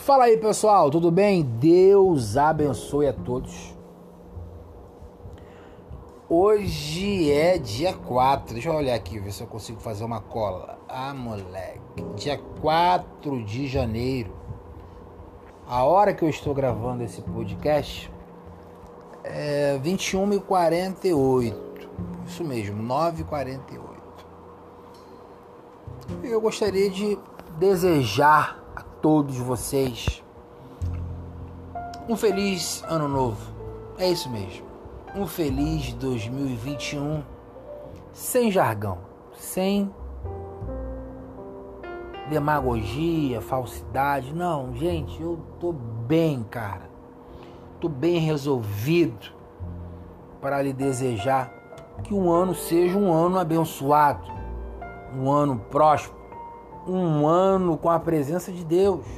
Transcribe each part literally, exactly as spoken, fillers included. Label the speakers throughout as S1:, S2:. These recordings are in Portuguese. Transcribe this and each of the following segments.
S1: Fala aí, pessoal, tudo bem? Deus abençoe a todos. Hoje é dia quatro, deixa eu olhar aqui, ver se eu consigo fazer uma cola. Ah, moleque, dia quatro de janeiro. A hora que eu estou gravando esse podcast é vinte e uma e quarenta e oito. Isso mesmo, nove e quarenta e oito. Eu gostaria de desejar a todos vocês um feliz ano novo. É isso mesmo. Um feliz dois mil e vinte e um, sem jargão, sem demagogia, falsidade. Não, gente, eu tô bem, cara. Tô bem resolvido para lhe desejar que um ano seja um ano abençoado, um ano próspero, um ano com a presença de Deus.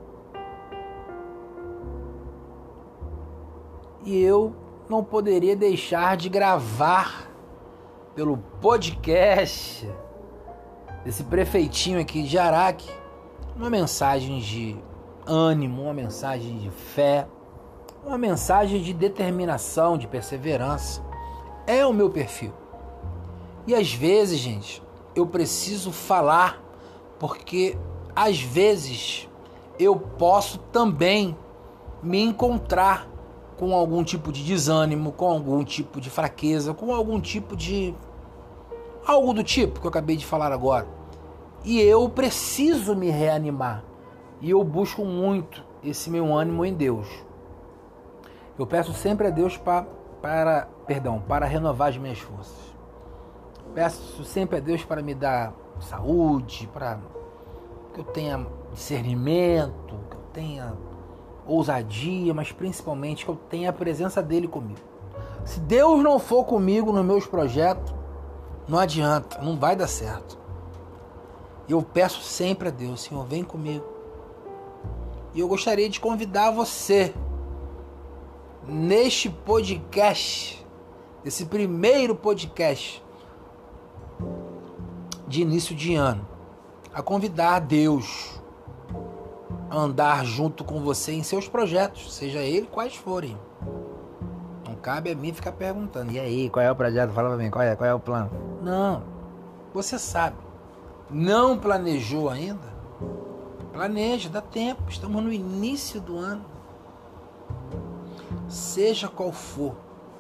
S1: E eu não poderia deixar de gravar pelo podcast desse prefeitinho aqui de Araque uma mensagem de ânimo, uma mensagem de fé, uma mensagem de determinação, de perseverança. É o meu perfil. E às vezes, gente, eu preciso falar porque às vezes eu posso também me encontrar com algum tipo de desânimo, com algum tipo de fraqueza, com algum tipo de... algo do tipo que eu acabei de falar agora. E eu preciso me reanimar. E eu busco muito esse meu ânimo em Deus. Eu peço sempre a Deus para, para, perdão, para renovar as minhas forças. Peço sempre a Deus para me dar saúde, para que eu tenha discernimento, que eu tenha ousadia, mas principalmente que eu tenha a presença dele comigo. Se Deus não for comigo nos meus projetos, não adianta, não vai dar certo. Eu peço sempre a Deus, Senhor, vem comigo. E eu gostaria de convidar você neste podcast, esse primeiro podcast de início de ano, a convidar a Deus a andar junto com você em seus projetos, seja ele quais forem. Não cabe a mim ficar perguntando, e aí, qual é o projeto? Fala pra mim, qual é, qual é o plano? Não, você sabe. Não planejou ainda? Planeja, dá tempo, estamos no início do ano. Seja qual for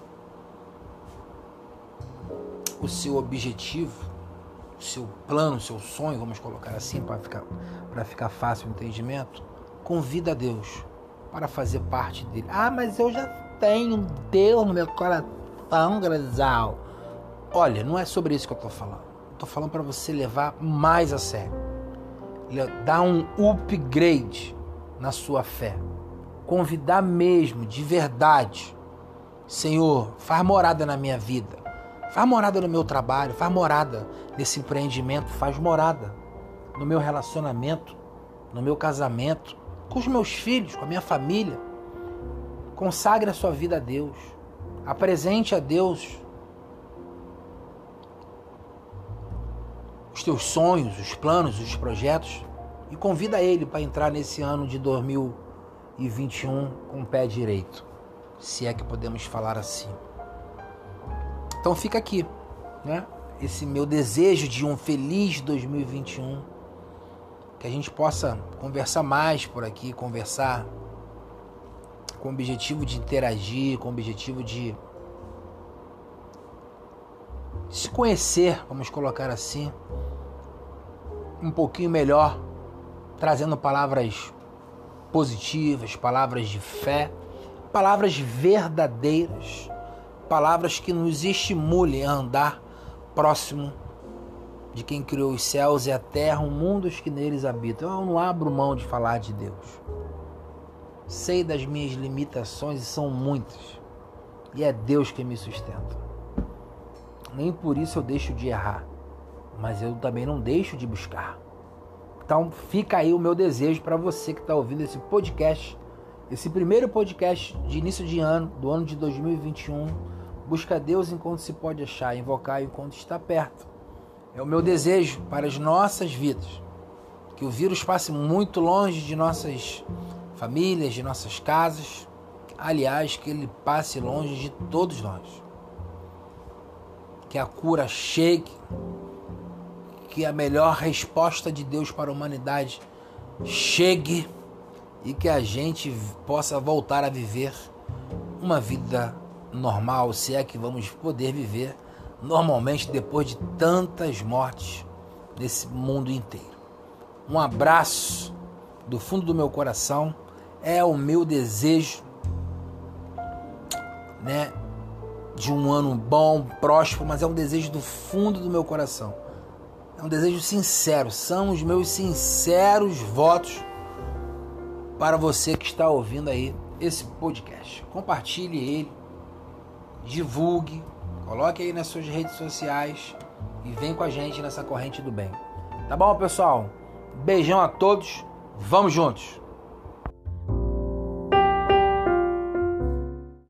S1: o seu objetivo, o seu plano, o seu sonho, vamos colocar assim para ficar, para ficar fácil o entendimento, convida a Deus para fazer parte dele. Ah, mas eu já tenho Deus no meu coração, Grazal. Olha, não é sobre isso que eu estou falando. Estou falando para você levar mais a sério. Dar um upgrade na sua fé. Convidar mesmo, de verdade. Senhor, faz morada na minha vida. Faz morada no meu trabalho, faz morada nesse empreendimento, faz morada no meu relacionamento, no meu casamento, com os meus filhos, com a minha família. Consagre a sua vida a Deus. Apresente a Deus os teus sonhos, os planos, os projetos e convida Ele para entrar nesse ano de dois mil e vinte e um com o pé direito, se é que podemos falar assim. Então fica aqui, né? Esse meu desejo de um feliz dois mil e vinte e um, que a gente possa conversar mais por aqui, conversar com o objetivo de interagir, com o objetivo de se conhecer, vamos colocar assim, um pouquinho melhor, trazendo palavras positivas, palavras de fé, palavras verdadeiras, palavras que nos estimulem a andar próximo de quem criou os céus e a terra, o mundo e os que neles habitam. Eu não abro mão de falar de Deus. Sei das minhas limitações e são muitas. E é Deus que me sustenta. Nem por isso eu deixo de errar. Mas eu também não deixo de buscar. Então fica aí o meu desejo para você que está ouvindo esse podcast. Esse primeiro podcast de início de ano, do ano de dois mil e vinte e um. Busca Deus enquanto se pode achar, invocar enquanto está perto. É o meu desejo para as nossas vidas. Que o vírus passe muito longe de nossas famílias, de nossas casas. Aliás, que ele passe longe de todos nós. Que a cura chegue, que a melhor resposta de Deus para a humanidade chegue e que a gente possa voltar a viver uma vida normal, se é que vamos poder viver normalmente depois de tantas mortes nesse mundo inteiro. Um abraço do fundo do meu coração, é o meu desejo, né, de um ano bom, próspero, mas é um desejo do fundo do meu coração. É um desejo sincero, são os meus sinceros votos para você que está ouvindo aí esse podcast. Compartilhe ele, divulgue, coloque aí nas suas redes sociais e vem com a gente nessa corrente do bem. Tá bom, pessoal? Beijão a todos, vamos juntos!